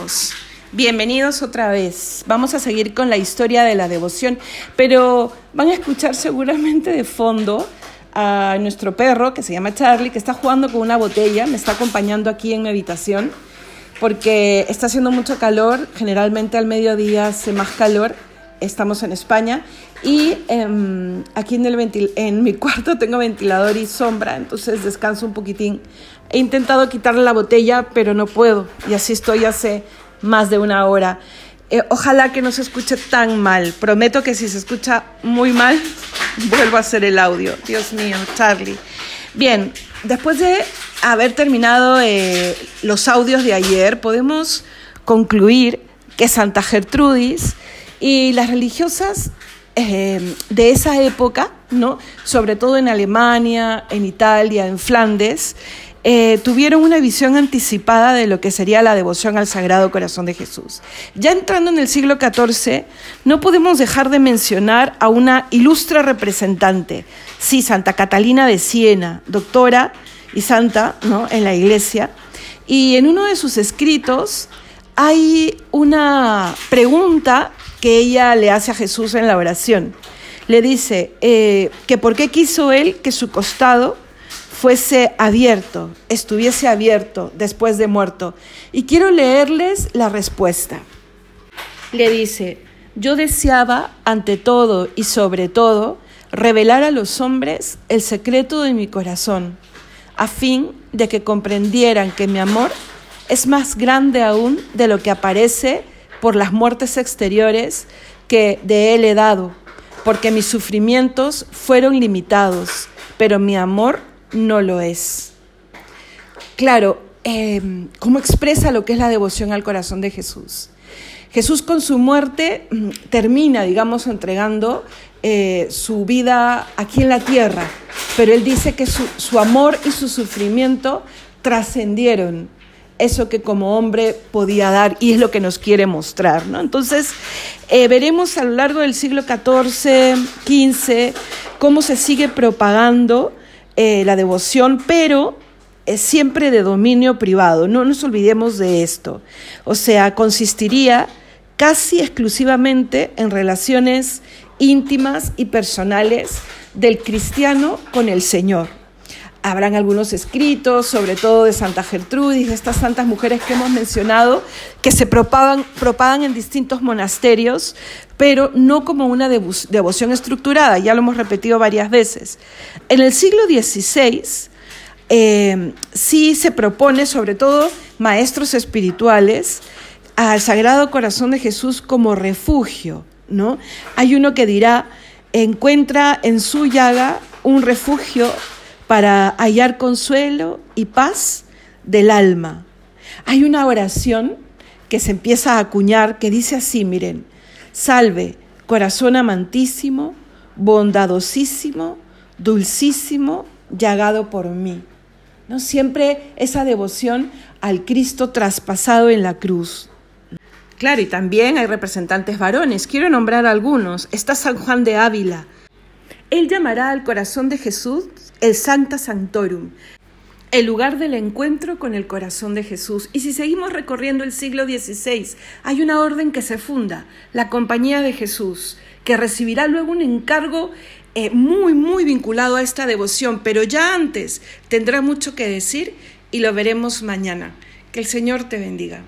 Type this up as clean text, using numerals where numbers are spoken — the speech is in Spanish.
amigos, bienvenidos otra vez. Vamos a seguir con la historia de la devoción, pero van a escuchar seguramente de fondo a nuestro perro, que se llama Charlie, que está jugando con una botella, me está acompañando aquí en mi habitación, porque está haciendo mucho calor, generalmente al mediodía hace más calor, estamos en España, y aquí en mi cuarto tengo ventilador y sombra, entonces descanso un poquitín. He intentado quitarle la botella, pero no puedo, y así estoy hace más de una hora. Ojalá que no se escuche tan mal. Prometo que si se escucha muy mal, vuelvo a hacer el audio. Dios mío, Charlie. Bien, después de haber terminado los audios de ayer, podemos concluir que Santa Gertrudis y las religiosas de esa época, ¿no? Sobre todo en Alemania, en Italia, en Flandes, tuvieron una visión anticipada de lo que sería la devoción al Sagrado Corazón de Jesús. Ya entrando en el siglo XIV, no podemos dejar de mencionar a una ilustre representante, sí, Santa Catalina de Siena, doctora y santa, ¿no?, en la Iglesia, y en uno de sus escritos hay una pregunta que ella le hace a Jesús en la oración. Le dice que por qué quiso él que su costado estuviese abierto después de muerto. Y quiero leerles la respuesta. Le dice: yo deseaba ante todo y sobre todo revelar a los hombres el secreto de mi corazón, a fin de que comprendieran que mi amor es más grande aún de lo que aparece por las muertes exteriores que de él he dado, porque mis sufrimientos fueron limitados, pero mi amor no lo es. Claro, ¿cómo expresa lo que es la devoción al corazón de Jesús? Jesús con su muerte termina, digamos, entregando su vida aquí en la tierra, pero él dice que su amor y su sufrimiento trascendieron eso que como hombre podía dar, y es lo que nos quiere mostrar, ¿no? Entonces, veremos a lo largo del siglo XIV, XV, cómo se sigue propagando la devoción, pero siempre de dominio privado. No nos olvidemos de esto. O sea, consistiría casi exclusivamente en relaciones íntimas y personales del cristiano con el Señor. Habrán algunos escritos, sobre todo de Santa Gertrudis, de estas santas mujeres que hemos mencionado, que se propagan en distintos monasterios, pero no como una devoción estructurada, ya lo hemos repetido varias veces. En el siglo XVI sí se propone, sobre todo maestros espirituales, al Sagrado Corazón de Jesús como refugio, ¿no? Hay uno que dirá: encuentra en su llaga un refugio para hallar consuelo y paz del alma. Hay una oración que se empieza a acuñar que dice así, miren: salve, corazón amantísimo, bondadosísimo, dulcísimo, llagado por mí. ¿No? Siempre esa devoción al Cristo traspasado en la cruz. Claro, y también hay representantes varones. Quiero nombrar algunos. Está San Juan de Ávila. Él llamará al corazón de Jesús el Sancta Sanctorum, el lugar del encuentro con el corazón de Jesús. Y si seguimos recorriendo el siglo XVI, hay una orden que se funda, la Compañía de Jesús, que recibirá luego un encargo muy vinculado a esta devoción, pero ya antes tendrá mucho que decir y lo veremos mañana. Que el Señor te bendiga.